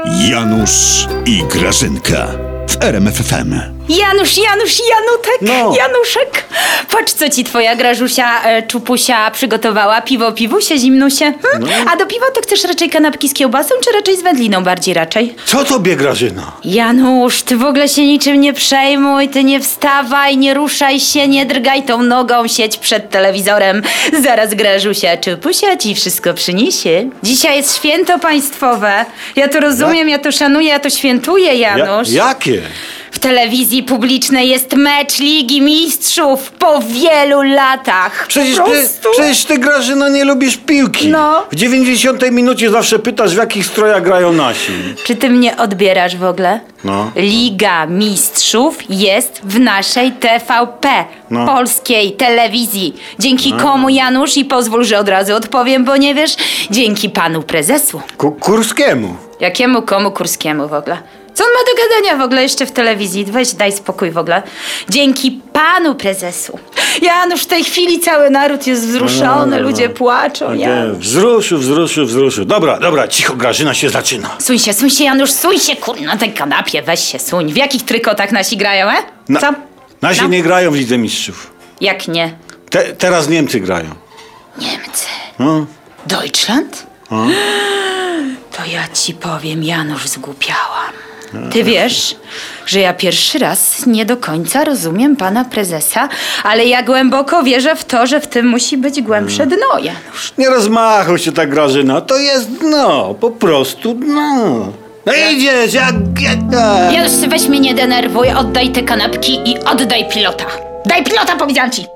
Janusz i Grażynka w RMF FM. Janutek, No. Januszek. Patrz, co ci twoja Grażusia, czupusia przygotowała. Piwo, piwusie, zimnusie. A do piwa to chcesz raczej kanapki z kiełbasą, czy raczej z wędliną bardziej raczej? Co tobie, Grażyna? Janusz, ty w ogóle się niczym nie przejmuj, ty nie wstawaj, nie ruszaj się, nie drgaj tą nogą, siedź przed telewizorem. Zaraz Grażusia, czupusia ci wszystko przyniesie. Dzisiaj jest święto państwowe. Ja to rozumiem, ja to szanuję, ja to świętuję, Janusz. Jakie? W telewizji publicznej jest mecz Ligi Mistrzów po wielu latach. Przecież ty, Grażyna, nie lubisz piłki. No. W 90 minucie zawsze pytasz, w jakich strojach grają nasi. Czy ty mnie odbierasz w ogóle? No. Liga Mistrzów jest w naszej TVP, No. polskiej telewizji. Dzięki komu, Janusz? I pozwól, że od razu odpowiem, bo nie wiesz. Dzięki panu prezesu. Kurskiemu. Jakiemu komu Kurskiemu w ogóle? Co on ma do gadania w ogóle jeszcze w telewizji? Weź, daj spokój w ogóle. Dzięki panu prezesu. Janusz, w tej chwili cały naród jest wzruszony, ludzie płaczą. Wzruszył. Dobra, cicho, Grażyna się zaczyna. Suń się, Janusz, suń się, na tej kanapie, weź się, suń. W jakich trykotach nasi grają, Co? Nasi No. nie grają w Lidze Mistrzów. Jak nie? Teraz Niemcy grają. Niemcy. No. Deutschland? To ja ci powiem, Janusz, zgłupiałam. Ty wiesz, że ja pierwszy raz nie do końca rozumiem pana prezesa, ale ja głęboko wierzę w to, że w tym musi być głębsze dno, Janusz. Nie rozmachuj się tak, Grażyna. To jest dno, po prostu dno. No idziesz, jak... Janusz, weź mnie nie denerwuj, oddaj te kanapki i oddaj pilota. Daj pilota, powiedziałam ci!